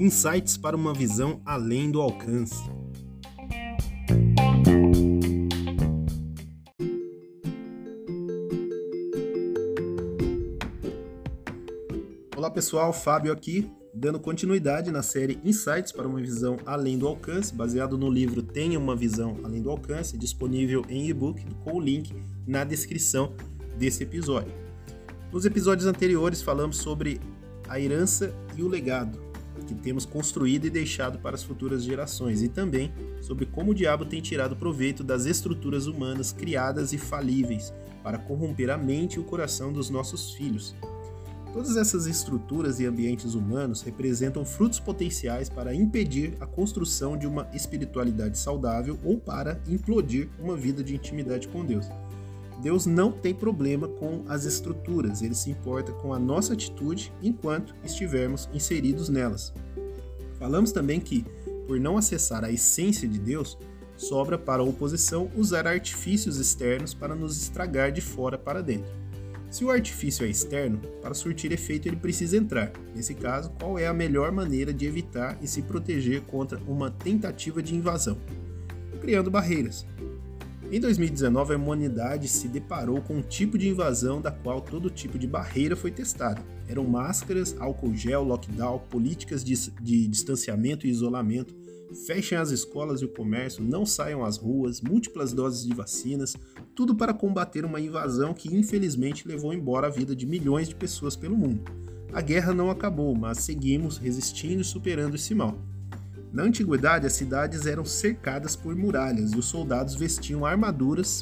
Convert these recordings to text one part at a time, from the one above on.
Insights para uma visão além do alcance. Olá pessoal, Fábio aqui, dando continuidade na série Insights para uma visão além do alcance, baseado no livro Tenha uma Visão Além do Alcance, disponível em e-book com o link na descrição desse episódio. Nos episódios anteriores falamos sobre a herança e o legado que temos construído e deixado para as futuras gerações, e também sobre como o diabo tem tirado proveito das estruturas humanas criadas e falíveis para corromper a mente e o coração dos nossos filhos. Todas essas estruturas e ambientes humanos representam frutos potenciais para impedir a construção de uma espiritualidade saudável ou para implodir uma vida de intimidade com Deus. Deus não tem problema com as estruturas, ele se importa com a nossa atitude enquanto estivermos inseridos nelas. Falamos também que, por não acessar a essência de Deus, sobra para a oposição usar artifícios externos para nos estragar de fora para dentro. Se o artifício é externo, para surtir efeito ele precisa entrar. Nesse caso, qual é a melhor maneira de evitar e se proteger contra uma tentativa de invasão? Criando barreiras. Em 2019, a humanidade se deparou com um tipo de invasão da qual todo tipo de barreira foi testada. Eram máscaras, álcool gel, lockdown, políticas de distanciamento e isolamento, fechem as escolas e o comércio, não saiam às ruas, múltiplas doses de vacinas, tudo para combater uma invasão que infelizmente levou embora a vida de milhões de pessoas pelo mundo. A guerra não acabou, mas seguimos resistindo e superando esse mal. Na antiguidade, as cidades eram cercadas por muralhas e os soldados vestiam armaduras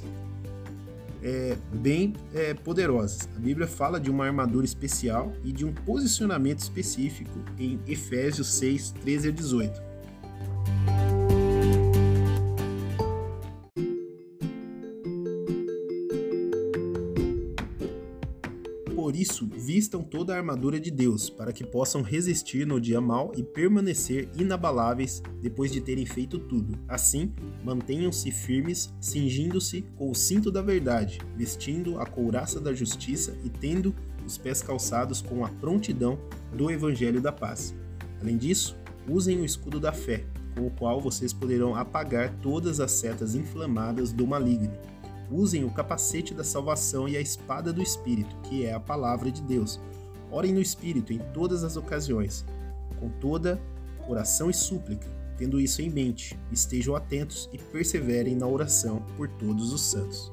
bem poderosas. A Bíblia fala de uma armadura especial e de um posicionamento específico em Efésios 6, 13 a 18. Por isso, vistam toda a armadura de Deus, para que possam resistir no dia mau e permanecer inabaláveis depois de terem feito tudo. Assim, mantenham-se firmes, cingindo-se com o cinto da verdade, vestindo a couraça da justiça e tendo os pés calçados com a prontidão do evangelho da paz. Além disso, usem o escudo da fé, com o qual vocês poderão apagar todas as setas inflamadas do maligno. Usem o capacete da salvação e a espada do Espírito, que é a palavra de Deus. Orem no Espírito em todas as ocasiões, com toda oração e súplica. Tendo isso em mente, estejam atentos e perseverem na oração por todos os santos.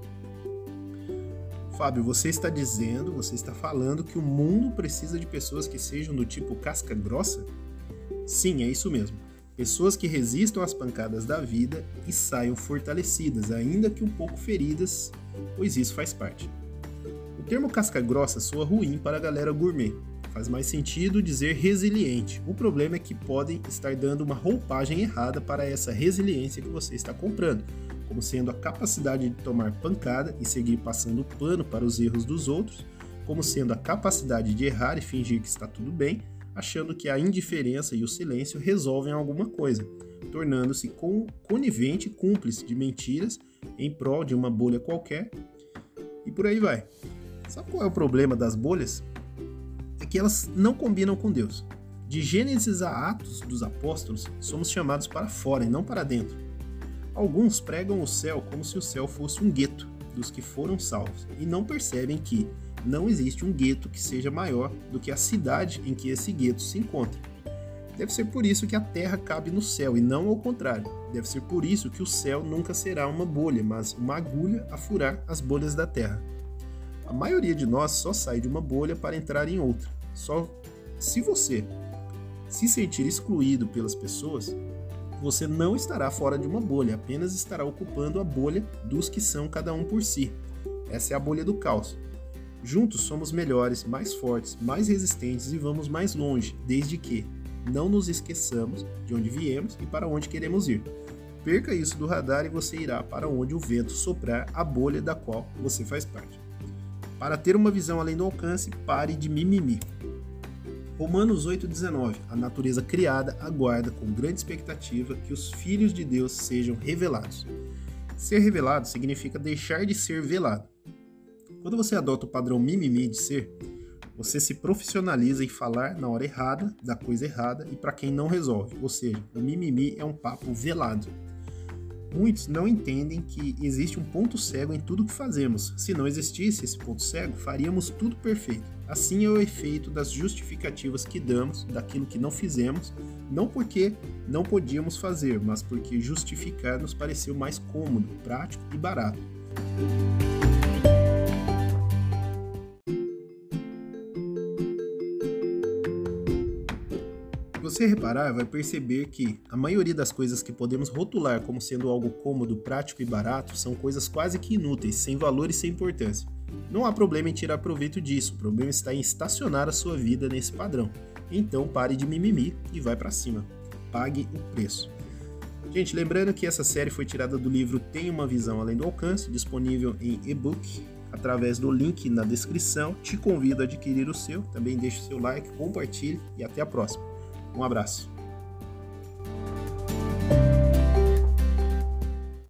Fábio, você está falando que o mundo precisa de pessoas que sejam do tipo casca grossa? Sim, é isso mesmo. Pessoas que resistam às pancadas da vida e saiam fortalecidas, ainda que um pouco feridas, pois isso faz parte. O termo casca grossa soa ruim para a galera gourmet. Faz mais sentido dizer resiliente. O problema é que podem estar dando uma roupagem errada para essa resiliência que você está comprando, como sendo a capacidade de tomar pancada e seguir passando pano para os erros dos outros, como sendo a capacidade de errar e fingir que está tudo bem, achando que a indiferença e o silêncio resolvem alguma coisa, tornando-se conivente e cúmplice de mentiras em prol de uma bolha qualquer, e por aí vai. Sabe qual é o problema das bolhas? É que elas não combinam com Deus. De Gênesis a Atos dos Apóstolos, somos chamados para fora e não para dentro. Alguns pregam o céu como se o céu fosse um gueto dos que foram salvos, e não percebem que não existe um gueto que seja maior do que a cidade em que esse gueto se encontra. Deve ser por isso que a terra cabe no céu e não ao contrário. Deve ser por isso que o céu nunca será uma bolha, mas uma agulha a furar as bolhas da terra. A maioria de nós só sai de uma bolha para entrar em outra. Só se você se sentir excluído pelas pessoas, você não estará fora de uma bolha, apenas estará ocupando a bolha dos que são cada um por si. Essa é a bolha do caos. Juntos somos melhores, mais fortes, mais resistentes e vamos mais longe, desde que não nos esqueçamos de onde viemos e para onde queremos ir. Perca isso do radar e você irá para onde o vento soprar a bolha da qual você faz parte. Para ter uma visão além do alcance, pare de mimimi. Romanos 8,19. A natureza criada aguarda com grande expectativa que os filhos de Deus sejam revelados. Ser revelado significa deixar de ser velado. Quando você adota o padrão mimimi de ser, Você se profissionaliza em falar na hora errada, da coisa errada e para quem não resolve. Ou seja, o mimimi é um papo velado. Muitos não entendem que existe um ponto cego em tudo que fazemos. Se não existisse esse ponto cego, faríamos tudo perfeito. Assim é o efeito das justificativas que damos daquilo que não fizemos, não porque não podíamos fazer, mas porque justificar nos pareceu mais cômodo, prático e barato. Se você reparar, vai perceber que a maioria das coisas que podemos rotular como sendo algo cômodo, prático e barato são coisas quase que inúteis, sem valor e sem importância. Não há problema em tirar proveito disso, o problema está em estacionar a sua vida nesse padrão. Então pare de mimimi e vai pra cima. Pague o preço. Gente, lembrando que essa série foi tirada do livro Tenha uma Visão Além do Alcance, disponível em e-book, através do link na descrição. Te convido a adquirir o seu, também deixe o seu like, compartilhe e até a próxima. Um abraço.